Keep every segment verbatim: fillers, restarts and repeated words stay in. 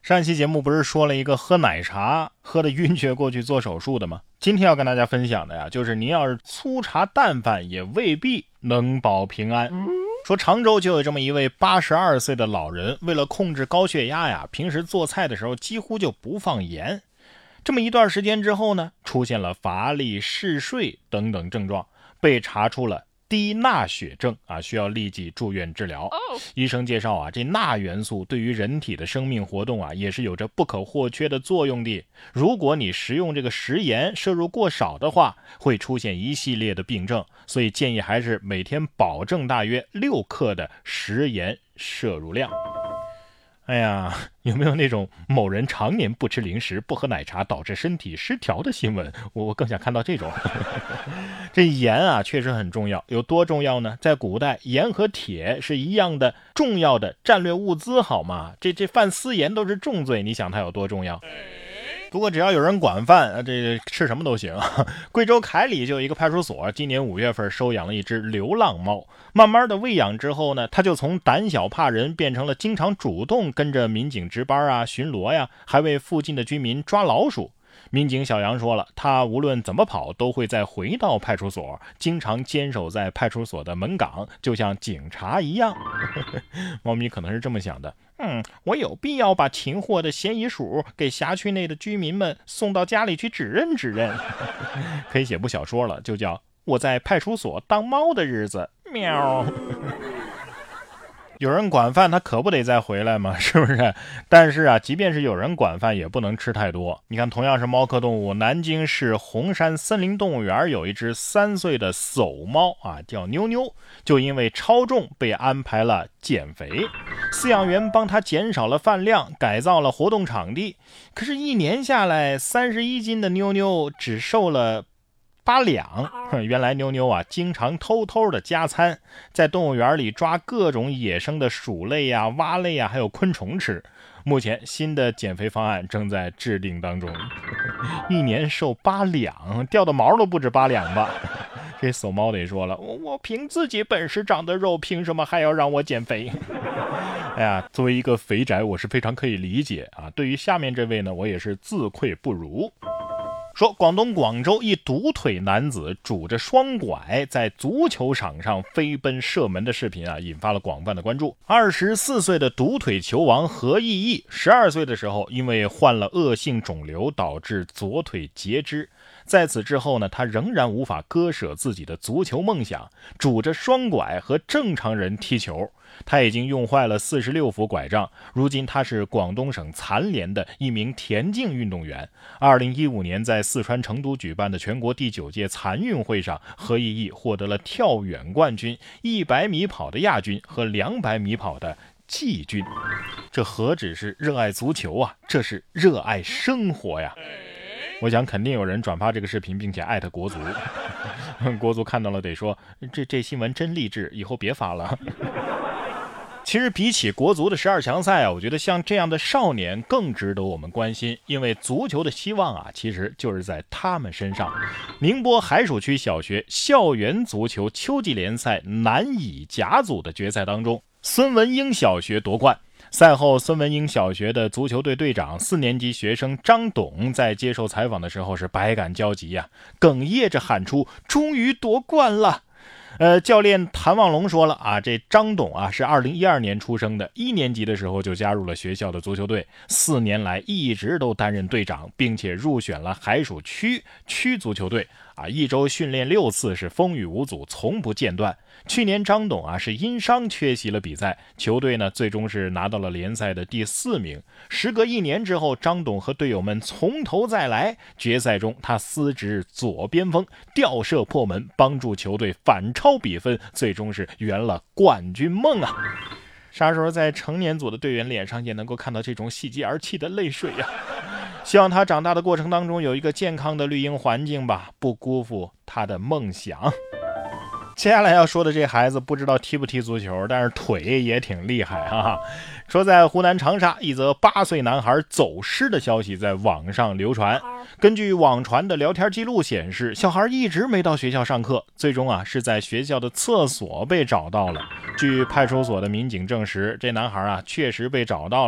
上一期节目不是说了一个喝奶茶喝的晕厥过去做手术的吗？今天要跟大家分享的呀，就是您要是粗茶淡饭也未必能保平安。说常州就有这么一位八十二岁的老人，为了控制高血压呀，平时做菜的时候几乎就不放盐。这么一段时间之后呢，出现了乏力、嗜睡等等症状，被查出了低钠血症啊，需要立即住院治疗。医生介绍啊，这钠元素对于人体的生命活动啊，也是有着不可或缺的作用的。如果你食用这个食盐摄入过少的话，会出现一系列的病症，所以建议还是每天保证大约六克的食盐摄入量。哎呀，有没有那种某人常年不吃零食不喝奶茶导致身体失调的新闻？我更想看到这种。这盐啊确实很重要，有多重要呢？在古代，盐和铁是一样的重要的战略物资，好吗？这这犯私盐都是重罪，你想它有多重要？不过只要有人管饭，这吃什么都行。贵州凯里就有一个派出所，今年五月份收养了一只流浪猫，慢慢的喂养之后呢，它就从胆小怕人变成了经常主动跟着民警值班啊、巡逻呀，还为附近的居民抓老鼠。民警小杨说了，他无论怎么跑都会再回到派出所，经常坚守在派出所的门岗，就像警察一样。猫咪可能是这么想的，嗯，我有必要把擒获的嫌疑鼠给辖区内的居民们送到家里去指认指认。可以写部小说了，就叫我在派出所当猫的日子。喵。有人管饭，他可不得再回来吗？是不是？但是啊，即便是有人管饭，也不能吃太多。你看，同样是猫科动物，南京市红山森林动物园有一只三岁的叟猫啊，叫妞妞，就因为超重被安排了减肥。饲养员帮他减少了饭量，改造了活动场地。可是，一年下来，三十一斤的妞妞只瘦了八两。原来妞妞啊经常偷偷的加餐，在动物园里抓各种野生的鼠类啊、蛙类啊还有昆虫吃。目前新的减肥方案正在制定当中。一年瘦八两，掉的毛都不止八两吧。这叟猫得说了，我我凭自己本事长的肉，凭什么还要让我减肥？哎呀，作为一个肥宅，我是非常可以理解啊。对于下面这位呢，我也是自愧不如。说广东广州一独腿男子拄着双拐在足球场上飞奔射门的视频啊，引发了广泛的关注。二十四岁的独腿球王何熠熠，十二岁的时候因为患了恶性肿瘤，导致左腿截肢。在此之后呢，他仍然无法割舍自己的足球梦想，拄着双拐和正常人踢球。他已经用坏了四十六副拐杖，如今他是广东省残联的一名田径运动员。二零一五年在四川成都举办的全国第九届残运会上，何熠熠获得了跳远冠军、一百米跑的亚军和两百米跑的季军。这何止是热爱足球啊，这是热爱生活呀！我想肯定有人转发这个视频并且艾特国足。国足看到了得说，这这新闻真励志，以后别发了。其实比起国足的十二强赛啊，我觉得像这样的少年更值得我们关心，因为足球的希望啊，其实就是在他们身上。宁波海曙区小学校园足球秋季联赛男乙甲组的决赛当中，孙文英小学夺冠。赛后，孙文英小学的足球队队长四年级学生张董在接受采访的时候是百感交集呀、啊，哽咽着喊出：“终于夺冠了！”呃，教练谭望龙说了啊，这张董啊是二零一二年出生的，一年级的时候就加入了学校的足球队，四年来一直都担任队长，并且入选了海曙区区足球队啊，一周训练六次，是风雨无阻，从不间断。去年张董啊是因伤缺席了比赛，球队呢最终是拿到了联赛的第四名。时隔一年之后，张董和队友们从头再来，决赛中他司职左边锋，吊射破门，帮助球队反超比分，最终是圆了冠军梦啊！啥时候在成年组的队员脸上也能够看到这种喜极而泣的泪水呀、啊？希望他长大的过程当中有一个健康的绿茵环境吧，不辜负他的梦想。接下来要说的这孩子不知道踢不踢足球，但是腿也挺厉害哈哈。说在湖南长沙，一则八岁男孩走失的消息在网上流传。根据网传的聊天记录显示，小孩一直没到学校上课，最终啊是在学校的厕所被找到了。据派出所的民警证实，这男孩啊确实被找到了。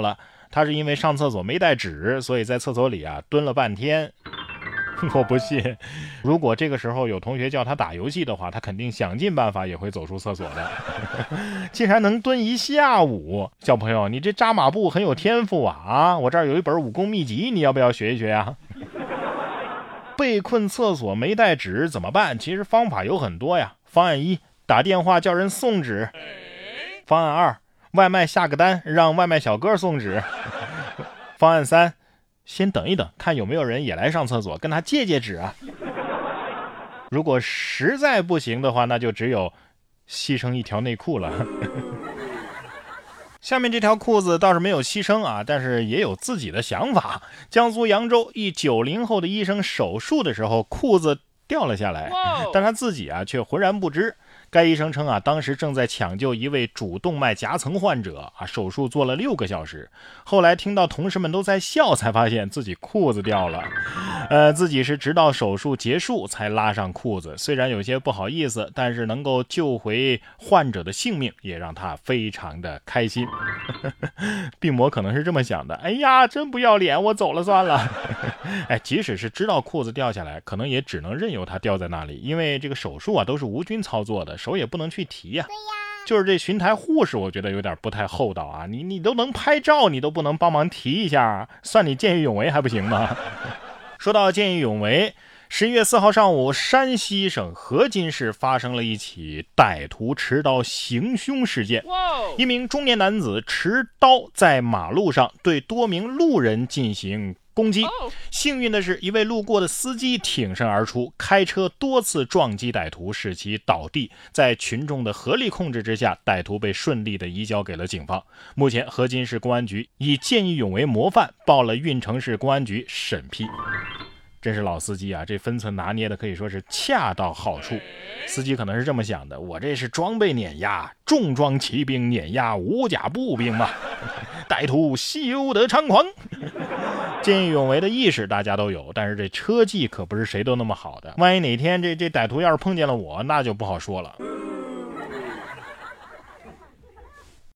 他是因为上厕所没带纸，所以在厕所里啊蹲了半天。我不信，如果这个时候有同学叫他打游戏的话，他肯定想尽办法也会走出厕所的。竟然能蹲一下午，小朋友，你这扎马步很有天赋啊！啊，我这儿有一本武功秘籍，你要不要学一学啊？被困厕所没带纸怎么办？其实方法有很多呀。方案一，打电话叫人送纸。方案二，外卖下个单，让外卖小哥送纸。方案三，先等一等，看有没有人也来上厕所，跟他借借纸啊。如果实在不行的话，那就只有牺牲一条内裤了。下面这条裤子倒是没有牺牲啊，但是也有自己的想法。江苏扬州一九零后的医生手术的时候，裤子掉了下来，但他自己啊却浑然不知。该医生称啊，当时正在抢救一位主动脉夹层患者啊，手术做了六个小时。后来听到同事们都在笑，才发现自己裤子掉了。呃，自己是直到手术结束才拉上裤子，虽然有些不好意思，但是能够救回患者的性命，也让他非常的开心。病魔可能是这么想的：哎呀，真不要脸，我走了算了。哎，即使是知道裤子掉下来，可能也只能任由它掉在那里，因为这个手术啊都是无菌操作的，手也不能去提呀、啊。就是这巡台护士，我觉得有点不太厚道啊！你你都能拍照，你都不能帮忙提一下，算你见义勇为还不行吗？说到见义勇为，十一月四号上午，山西省河津市发生了一起歹徒持刀行凶事件。一名中年男子持刀在马路上对多名路人进行攻击，幸运的是，一位路过的司机挺身而出，开车多次撞击歹徒，使其倒地。在群众的合力控制之下，歹徒被顺利的移交给了警方。目前，河津市公安局以见义勇为模范报了运城市公安局审批。真是老司机啊，这分寸拿捏的可以说是恰到好处。司机可能是这么想的：我这是装备碾压，重装骑兵碾压无甲步兵嘛，歹徒休得猖狂。见义勇为的意识大家都有，但是这车技可不是谁都那么好的。万一哪天这这歹徒要是碰见了我，那就不好说了。